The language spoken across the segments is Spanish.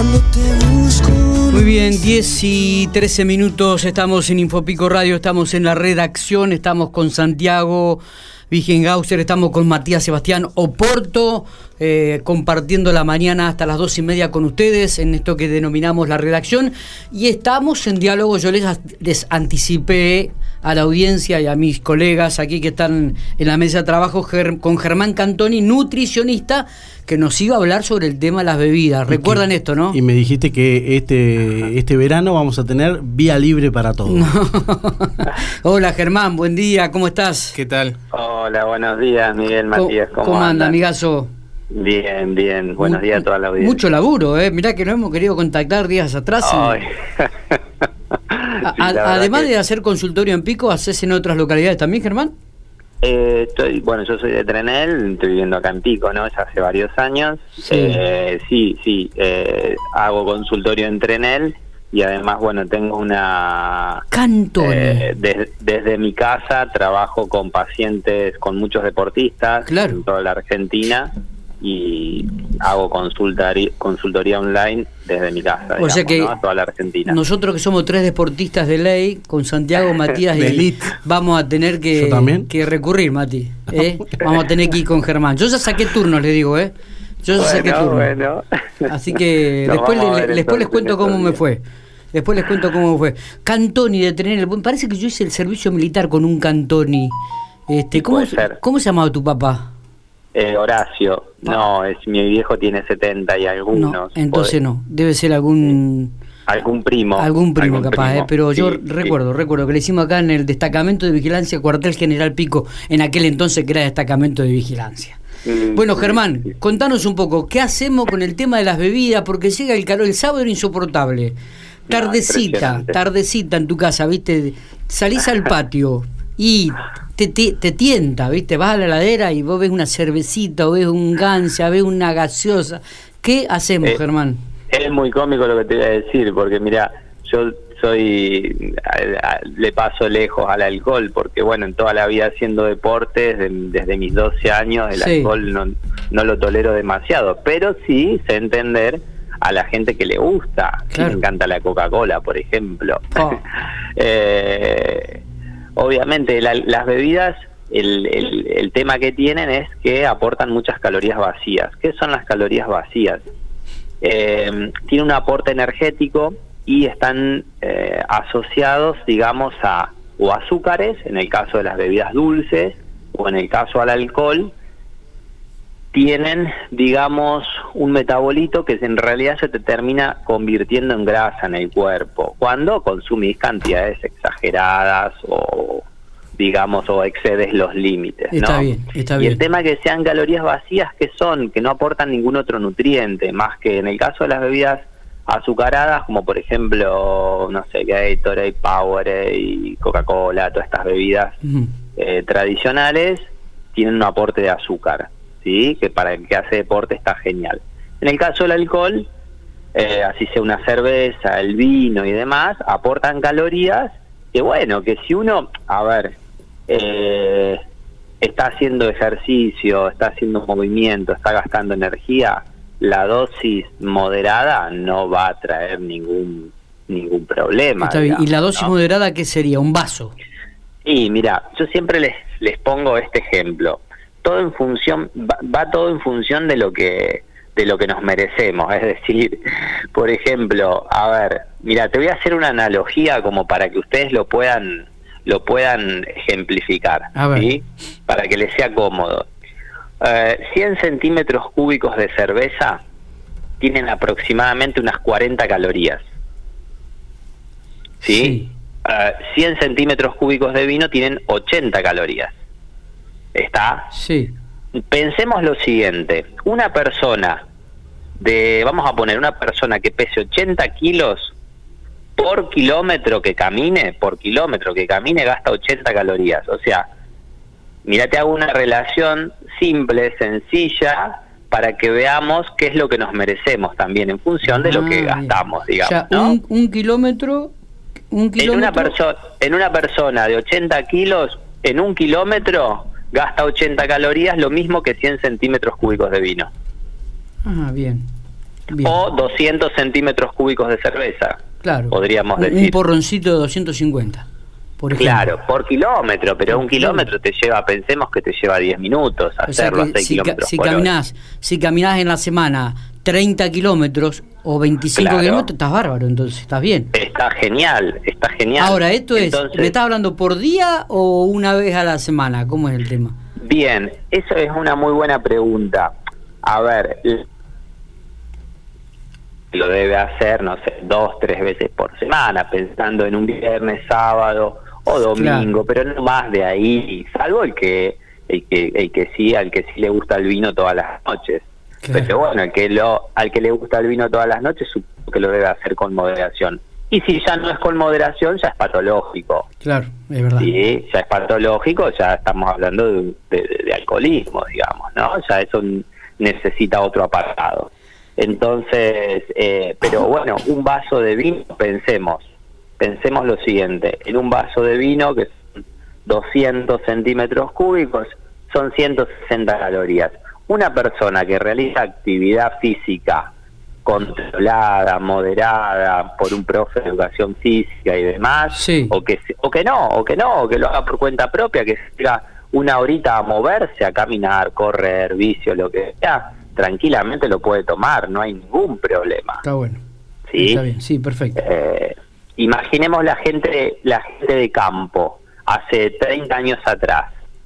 cuando te busco. Muy bien, 10 y 13 minutos, estamos en Infopico Radio, estamos en la redacción, estamos con Santiago Wigenhauser, estamos con Matías Sebastián Oporto, compartiendo la mañana hasta las 2:30 con ustedes en esto que denominamos la redacción, y estamos en diálogo. Yo les anticipé a la audiencia y a mis colegas aquí que están en la mesa de trabajo con Germán Cantoni, nutricionista, que nos iba a hablar sobre el tema de las bebidas. ¿Recuerdan esto, no? Y me dijiste que este verano vamos a tener vía libre para todos. No. Hola Germán, buen día, ¿cómo estás? ¿Qué tal? Hola, buenos días, Miguel, Matías, ¿Cómo anda, amigazo? Bien, bien, buenos días a toda la audiencia. Mucho laburo, mirá que no hemos querido contactar días atrás. Además de hacer consultorio en Pico, ¿haces en otras localidades también, Germán? Yo soy de Trenel, estoy viviendo acá en Pico, ¿no? Ya hace varios años. Sí. Hago consultorio en Trenel y además, bueno, tengo una... Cantoni. Desde mi casa trabajo con pacientes, con muchos deportistas, claro, en toda la Argentina, y hago consultoría online desde mi casa, o sea que, ¿no? A toda la Argentina. Nosotros que somos 3 deportistas de ley, con Santiago, Matías y elite, vamos a tener que recurrir, Mati. Vamos a tener que ir con Germán. Yo ya saqué turno, le digo, Yo ya saqué turno. Bueno. Así que después les cuento cómo me fue. Después les cuento cómo fue. Cantoni de Trenel. Parece que yo hice el servicio militar con un Cantoni. ¿Cómo se llamaba tu papá? Horacio. No, mi viejo tiene 70 y algunos. No, entonces no. Debe ser algún primo. Algún primo capaz, pero yo recuerdo que le hicimos acá en el destacamento de vigilancia Cuartel General Pico, en aquel entonces que era destacamento de vigilancia. Bueno, Germán, contanos un poco, ¿qué hacemos con el tema de las bebidas? Porque llega el calor, el sábado era insoportable. Tardecita en tu casa, ¿viste? Salís al patio y te tienta, ¿viste? Vas a la heladera y vos ves una cervecita, o ves un gansia, ves una gaseosa. ¿Qué hacemos, Germán? Es muy cómico lo que te voy a decir, porque mira, yo le paso lejos al alcohol, porque bueno, en toda la vida haciendo deportes, desde mis 12 años, el alcohol no lo tolero demasiado, pero sí sé entender a la gente que le gusta. Claro. Me encanta la Coca-Cola, por ejemplo. Obviamente las bebidas, el tema que tienen es que aportan muchas calorías vacías. ¿Qué son las calorías vacías? Tienen un aporte energético y están asociados, digamos, a azúcares, en el caso de las bebidas dulces, o en el caso al alcohol, tienen, digamos, un metabolito que en realidad se te termina convirtiendo en grasa en el cuerpo cuando consumís cantidades exageradas o, digamos, o excedes los límites, ¿no? Está bien. Y el tema que sean calorías vacías, que no aportan ningún otro nutriente, más que en el caso de las bebidas azucaradas, como por ejemplo, no sé, Gatorade, Powerade y Coca-Cola, todas estas bebidas tradicionales, tienen un aporte de azúcar, ¿sí? Que para el que hace deporte está genial. En el caso del alcohol, así sea una cerveza, el vino y demás, aportan calorías que bueno, que si uno, está haciendo ejercicio, está haciendo movimiento, está gastando energía, la dosis moderada no va a traer ningún problema. Está bien. ¿Y la dosis moderada qué sería? ¿Un vaso? Y mira, yo siempre les pongo este ejemplo. Todo en función, va todo en función de lo que nos merecemos. Es decir, por ejemplo, mira, te voy a hacer una analogía como para que ustedes lo puedan ejemplificar, ¿sí? Para que les sea cómodo. 100 centímetros cúbicos de cerveza tienen aproximadamente unas 40 calorías, ¿sí? 100 centímetros cúbicos de vino tienen 80 calorías. ¿Está? Sí. Pensemos lo siguiente: una persona vamos a poner una persona que pese 80 kilos, por kilómetro que camine gasta 80 calorías. O sea, mira, te hago una relación simple, sencilla, para que veamos qué es lo que nos merecemos también en función de lo que gastamos, digamos. O sea, ¿no? un kilómetro... En una persona de 80 kilos, en un kilómetro gasta 80 calorías, lo mismo que 100 centímetros cúbicos de vino. Bien. Bien. O 200 centímetros cúbicos de cerveza, Claro. podríamos Un decir. porroncito de 250, por ejemplo. Claro, por kilómetro, pero un kilómetro te lleva, pensemos que te lleva 10 minutos O sea hacerlo a que 6 kilómetros si por hora. caminás en la semana 30 kilómetros o 25 Claro. kilómetros, estás bárbaro, entonces estás bien. Está genial, está genial. Ahora, esto Entonces, ¿me estás hablando por día o una vez a la semana? ¿Cómo es el tema? Bien, eso es una muy buena pregunta. A ver, lo debe hacer, no sé, 2, 3 veces por semana, pensando en un viernes, sábado o domingo, pero no más de ahí, salvo el que sí, al que sí le gusta el vino todas las noches. Claro. Pero bueno, al que le gusta el vino todas las noches, supongo que lo debe hacer con moderación. Y si ya no es con moderación, ya es patológico. Claro, es verdad. Sí, ya es patológico, ya estamos hablando de alcoholismo, digamos, ¿no? Ya eso necesita otro apartado. Entonces, pero bueno, un vaso de vino, pensemos lo siguiente, en un vaso de vino que son 200 centímetros cúbicos, son 160 calorías. Una persona que realiza actividad física controlada, moderada, por un profe de educación física y demás, Sí. o que lo haga por cuenta propia, que siga una horita a moverse, a caminar, correr, vicio, lo que sea, tranquilamente lo puede tomar, no hay ningún problema. Está bueno. ¿Sí? Está bien, sí, perfecto. Imaginemos la gente de campo, hace 30 años atrás.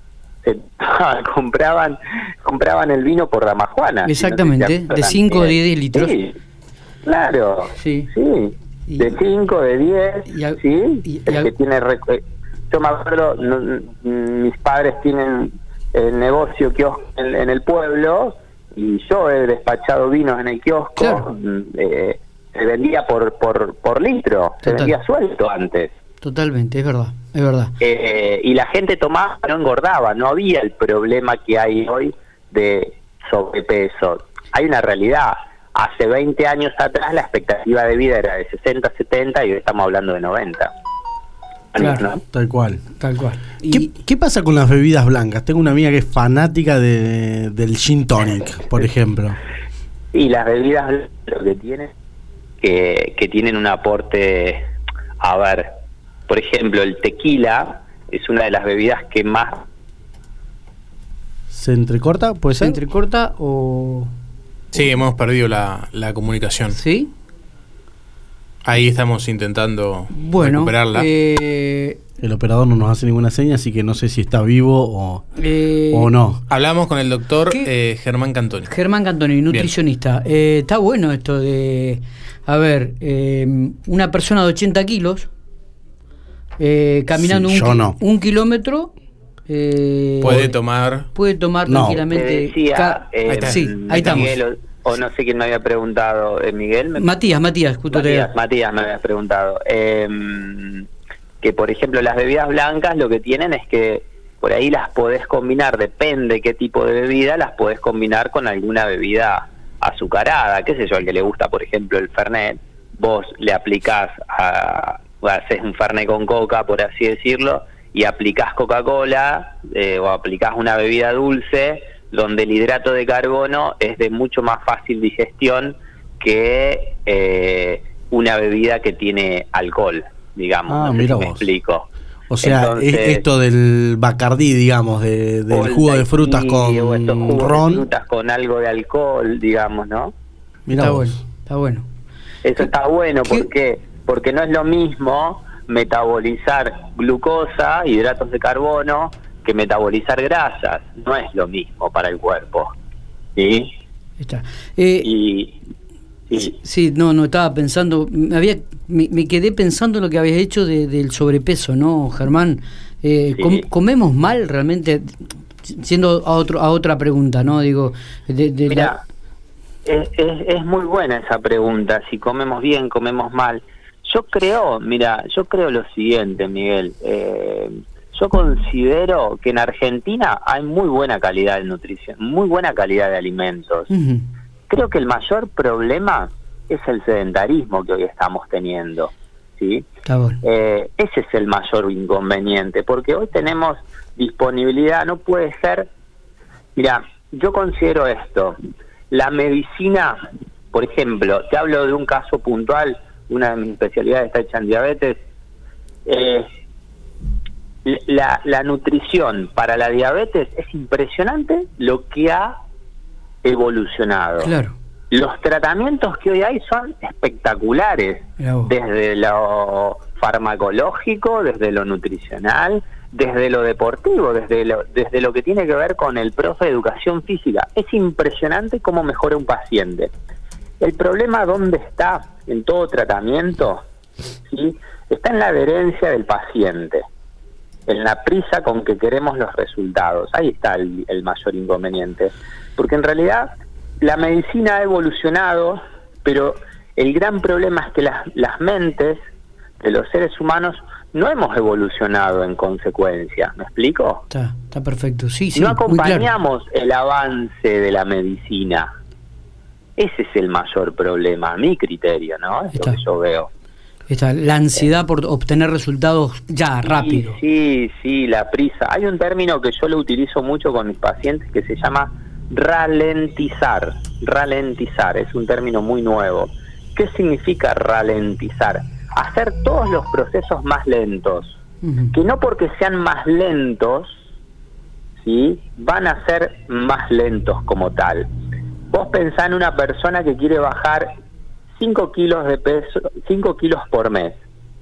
Compraban el vino por Ramajuana. Exactamente, si no sé si de 5 o 10 acuerdan. litros. Sí, claro. Sí. Sí. De 5, de 10, sí. El que tiene yo me acuerdo, mis padres tienen el negocio kiosco en el pueblo y yo he despachado vinos en el kiosco. Claro. Se vendía por litro, se Total. vendía suelto antes. Totalmente, es verdad, es verdad. Y la gente tomaba, no engordaba, no había el problema que hay hoy de sobrepeso. Hay una realidad, hace 20 años atrás la expectativa de vida era de 60, 70 y hoy estamos hablando de 90. Claro. ¿No? Tal cual. Tal cual. ¿Qué pasa con las bebidas blancas? Tengo una amiga que es fanática del gin tonic, por ejemplo. Y las bebidas blancas lo que tienen, que tienen un aporte, a ver, por ejemplo, el tequila es una de las bebidas que más... ¿Se entrecorta? ¿Puede ¿Se ser? entrecorta o...? Sí, hemos perdido la comunicación. ¿Sí? Ahí estamos intentando Bueno, recuperarla. El operador no nos hace ninguna seña, así que no sé si está vivo o no. Hablamos con el doctor ¿Qué? Germán Cantoni. Germán Cantoni, nutricionista. Está bueno esto de... A ver, una persona de 80 kilos, caminando Sí, yo no. un kilómetro... Puede tomar... Puede tomar No. tranquilamente... Te decía, Ahí está. Sí, ahí estamos. Miguel, o no sé quién me había preguntado, Miguel. Matías, justo Matías me habías preguntado. Que por ejemplo las bebidas blancas lo que tienen es que por ahí las podés combinar, depende qué tipo de bebida, las podés combinar con alguna bebida azucarada, qué sé yo, al que le gusta por ejemplo el Fernet, vos le aplicás, haces un Fernet con coca, por así decirlo, y aplicás Coca-Cola o aplicás una bebida dulce, donde el hidrato de carbono es de mucho más fácil digestión que una bebida que tiene alcohol, digamos. No sé mira si me vos. explico. O sea, Entonces, esto del Bacardí, digamos, del o el jugo de frutas daiquiri, o estos con jugos ron. de frutas con algo de alcohol, digamos, ¿no? Mirá Está vos. bueno, está bueno. Eso está bueno, ¿Qué? ¿por qué? Porque no es lo mismo metabolizar glucosa, hidratos de carbono, que metabolizar grasas. No es lo mismo para el cuerpo. ¿Sí? Está. Y Sí, no, estaba pensando, me quedé pensando en lo que habías hecho del sobrepeso, ¿no, Germán? Sí. ¿Comemos mal realmente? Siendo a otra pregunta, ¿no? Digo, mira, es muy buena esa pregunta, si comemos bien, comemos mal. Yo creo lo siguiente, Miguel, yo considero que en Argentina hay muy buena calidad de nutrición, muy buena calidad de alimentos. Uh-huh. Creo que el mayor problema es el sedentarismo que hoy estamos teniendo, ¿sí? Está bueno. Ese es el mayor inconveniente, porque hoy tenemos disponibilidad, no puede ser... Mira, yo considero esto, la medicina Por ejemplo, te hablo de un caso puntual, una de mis especialidades está hecha en diabetes. La nutrición para la diabetes es impresionante lo que ha evolucionado. Claro. Los tratamientos que hoy hay son espectaculares, desde lo farmacológico, desde lo nutricional, desde lo deportivo, desde lo que tiene que ver con el profe de educación física. Es impresionante cómo mejora un paciente. El problema, ¿dónde está en todo tratamiento? ¿Sí? Está en la adherencia del paciente, en la prisa con que queremos los resultados. Ahí está el mayor inconveniente, porque en realidad la medicina ha evolucionado, pero el gran problema es que las mentes de los seres humanos no hemos evolucionado en consecuencia. ¿Me explico? Está perfecto. Sí, no acompañamos el avance de la medicina. Ese es el mayor problema, a mi criterio, ¿no? Es lo que yo veo. La ansiedad por obtener resultados ya, rápido. Sí, la prisa. Hay un término que yo lo utilizo mucho con mis pacientes que se llama ralentizar. Ralentizar es un término muy nuevo. ¿Qué significa ralentizar? Hacer todos los procesos más lentos. Que no porque sean más lentos, ¿sí?, van a ser más lentos como tal. Vos pensá en una persona que quiere bajar 5 kilos de peso, 5 kilos por mes.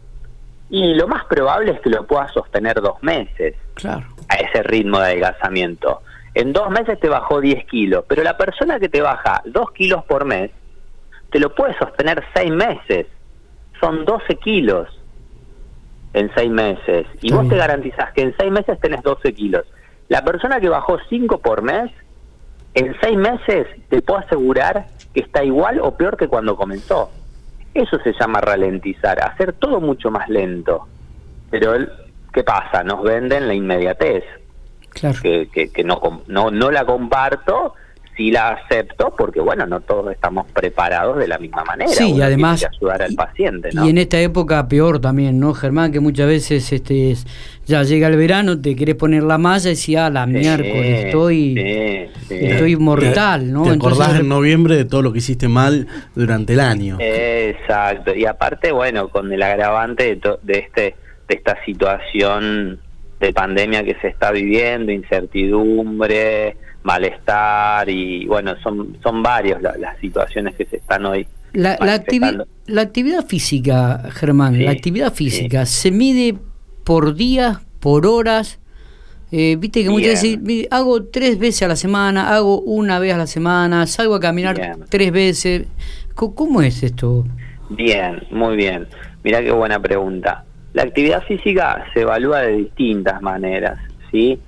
Y lo más probable es que lo puedas sostener 2 meses. Claro. A ese ritmo de adelgazamiento. En 2 meses te bajó 10 kilos, pero la persona que te baja 2 kilos por mes, te lo puede sostener 6 meses. Son 12 kilos en 6 meses. Y vos te garantizás que en 6 meses tenés 12 kilos. La persona que bajó 5 por mes, en 6 meses te puedo asegurar que está igual o peor que cuando comenzó. Eso se llama ralentizar, hacer todo mucho más lento. Pero ¿qué pasa? Nos venden la inmediatez. Claro. Que no la comparto, sí la acepto, porque bueno, no todos estamos preparados de la misma manera. Sí, y además tiene que ayudar al paciente, ¿no? Y en esta época peor también, ¿no, Germán? Que muchas veces ya llega el verano, te querés poner la malla y decís, la miércoles estoy mortal, ¿no? Te acordás en noviembre de todo lo que hiciste mal durante el año. Exacto, y aparte, bueno, con el agravante de esta situación de pandemia que se está viviendo, incertidumbre, malestar, y bueno, son varias las situaciones que se están hoy manifestando. La actividad física, Germán, la actividad física se mide por días, por horas. Viste que muchas veces hago 3 veces a la semana, hago 1 vez a la semana, salgo a caminar 3 veces. ¿Cómo es esto? Bien, muy bien. Mirá qué buena pregunta. La actividad física se evalúa de distintas maneras, ¿sí?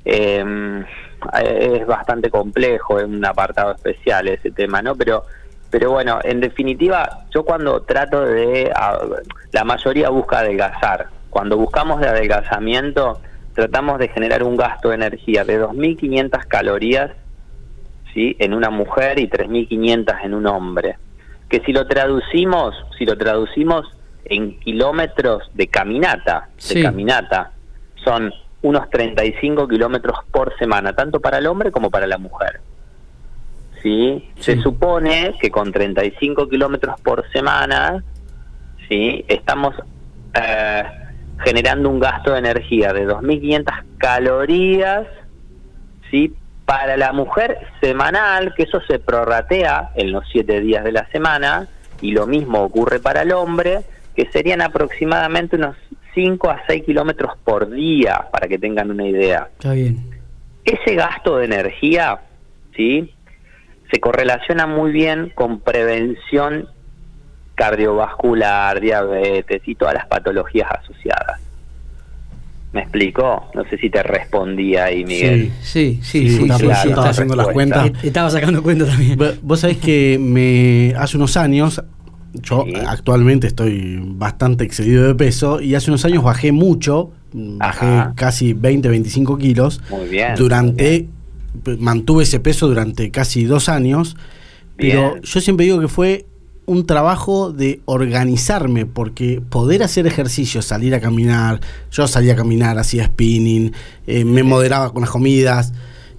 Es bastante complejo, es un apartado especial ese tema, ¿no? Pero bueno, en definitiva, yo cuando trato la mayoría busca adelgazar. Cuando buscamos de adelgazamiento, tratamos de generar un gasto de energía de 2.500 calorías, ¿sí?, en una mujer y 3.500 en un hombre. Que si lo traducimos en kilómetros de caminata, son unos 35 kilómetros por semana, tanto para el hombre como para la mujer. ¿Sí? Se supone que con 35 kilómetros por semana, ¿sí?, estamos generando un gasto de energía de 2.500 calorías, ¿sí?, para la mujer semanal, que eso se prorratea en los 7 días de la semana, y lo mismo ocurre para el hombre, que serían aproximadamente unos 5 a 6 kilómetros por día, para que tengan una idea. Está bien. Ese gasto de energía, ¿sí?, se correlaciona muy bien con prevención cardiovascular, diabetes y todas las patologías asociadas. ¿Me explicó? No sé si te respondí ahí, Miguel. Sí, claro, estaba haciendo las cuentas. Estaba sacando cuentas también. Vos sabés que hace unos años, yo actualmente estoy bastante excedido de peso, y hace unos años bajé mucho, bajé casi 20-25 kilos. Muy bien. Mantuve ese peso durante casi 2 años, pero yo siempre digo que fue un trabajo de organizarme, porque poder hacer ejercicio, salir a caminar, yo salía a caminar, hacía spinning, me moderaba con las comidas,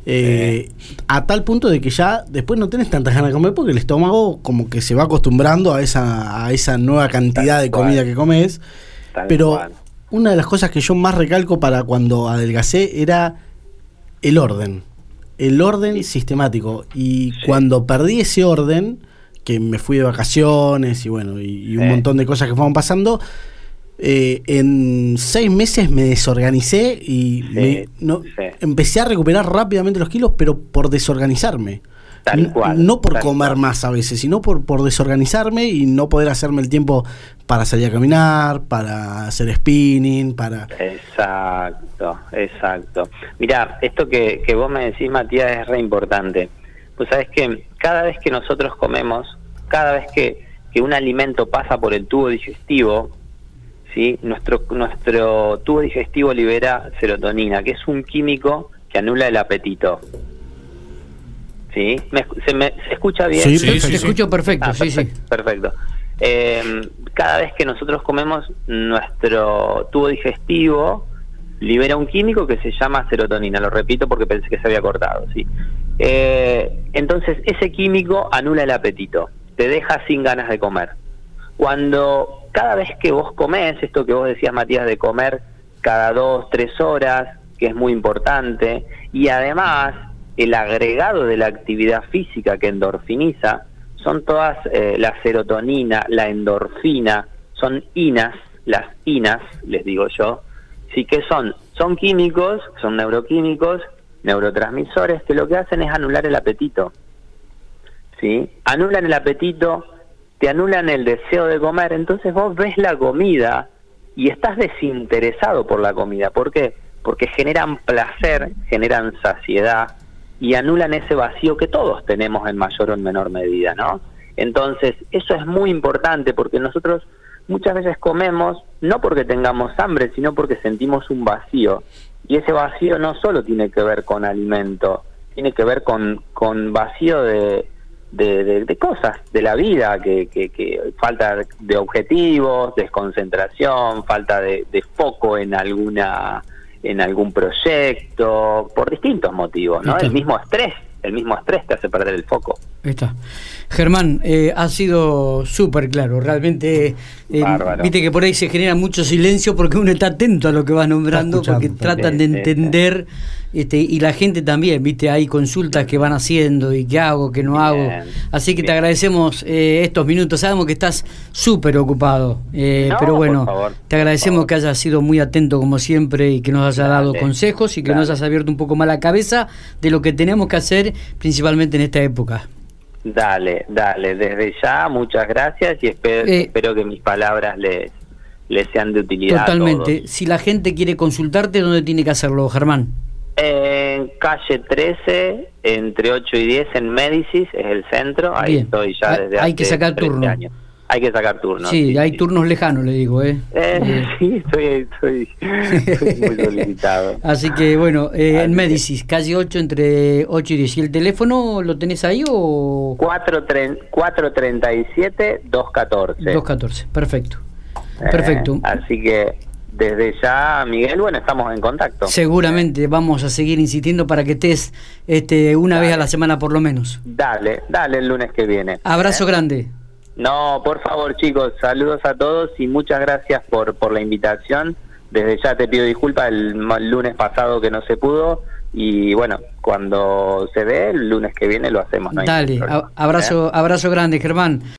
A tal punto de que ya después no tenés tantas ganas de comer porque el estómago como que se va acostumbrando a esa nueva cantidad de comida que comes. Pero una de las cosas que yo más recalco para cuando adelgacé era el orden sistemático. Y cuando perdí ese orden, que me fui de vacaciones y bueno, y un montón de cosas que fueron pasando, en 6 meses me desorganicé y empecé a recuperar rápidamente los kilos, pero por desorganizarme. Tal cual. No por comer más a veces, sino por desorganizarme y no poder hacerme el tiempo para salir a caminar, para hacer spinning, para... Exacto. Mirá, esto que vos me decís, Matías, es re importante. Pues sabés que cada vez que nosotros comemos, cada vez que un alimento pasa por el tubo digestivo, ¿sí? Nuestro tubo digestivo libera serotonina, que es un químico que anula el apetito. ¿Sí? ¿Se escucha bien? Sí, te escucho perfecto. Perfecto. Cada vez que nosotros comemos, nuestro tubo digestivo libera un químico que se llama serotonina. Lo repito porque pensé que se había cortado. ¿Sí? Entonces, ese químico anula el apetito, te deja sin ganas de comer. Cada vez que vos comés, esto que vos decías, Matías, de comer cada 2-3 horas, que es muy importante, y además el agregado de la actividad física que endorfiniza, son todas la serotonina, la endorfina, son inas, las inas, les digo yo, sí que son químicos, son neuroquímicos, neurotransmisores, que lo que hacen es anular el apetito, ¿sí? Anulan el apetito, te anulan el deseo de comer, entonces vos ves la comida y estás desinteresado por la comida. ¿Por qué? Porque generan placer, generan saciedad y anulan ese vacío que todos tenemos en mayor o en menor medida, ¿no? Entonces, eso es muy importante porque nosotros muchas veces comemos no porque tengamos hambre, sino porque sentimos un vacío. Y ese vacío no solo tiene que ver con alimento, tiene que ver con vacío de cosas de la vida, que falta de objetivos, desconcentración, falta de foco en algún proyecto, por distintos motivos, ¿no? El mismo estrés te hace perder el foco. Ahí está. Germán, ha sido súper claro, realmente. Viste que por ahí se genera mucho silencio porque uno está atento a lo que vas nombrando, porque tratan de entender, y la gente también, viste, hay consultas que van haciendo y qué hago, qué no hago. Así que te agradecemos estos minutos. Sabemos que estás súper ocupado, pero bueno, te agradecemos que hayas sido muy atento como siempre y que nos hayas dado consejos y que nos hayas abierto un poco más la cabeza de lo que tenemos que hacer, principalmente en esta época. Dale, desde ya muchas gracias y espero que mis palabras les sean de utilidad. Totalmente. A todos. Si la gente quiere consultarte, ¿dónde tiene que hacerlo, Germán? En calle 13, entre 8 y 10 en Médicis, es el centro. Ahí Bien. estoy ya desde hace Hay que sacar 13 turno. años. Hay que sacar turno. Sí, hay turnos lejanos, le digo, Sí, estoy muy solicitado. Así que bueno, en Médicis, calle 8, entre 8 y 10. ¿Y el teléfono lo tenés ahí o...? 437-214. 214, perfecto. Perfecto. Así que desde ya, Miguel, bueno, estamos en contacto. Seguramente vamos a seguir insistiendo para que estés una vez a la semana por lo menos. Dale el lunes que viene. Abrazo grande. No, por favor, chicos, saludos a todos y muchas gracias por la invitación. Desde ya te pido disculpas el lunes pasado que no se pudo y bueno, cuando se dé el lunes que viene lo hacemos. No Dale, abrazo grande, Germán.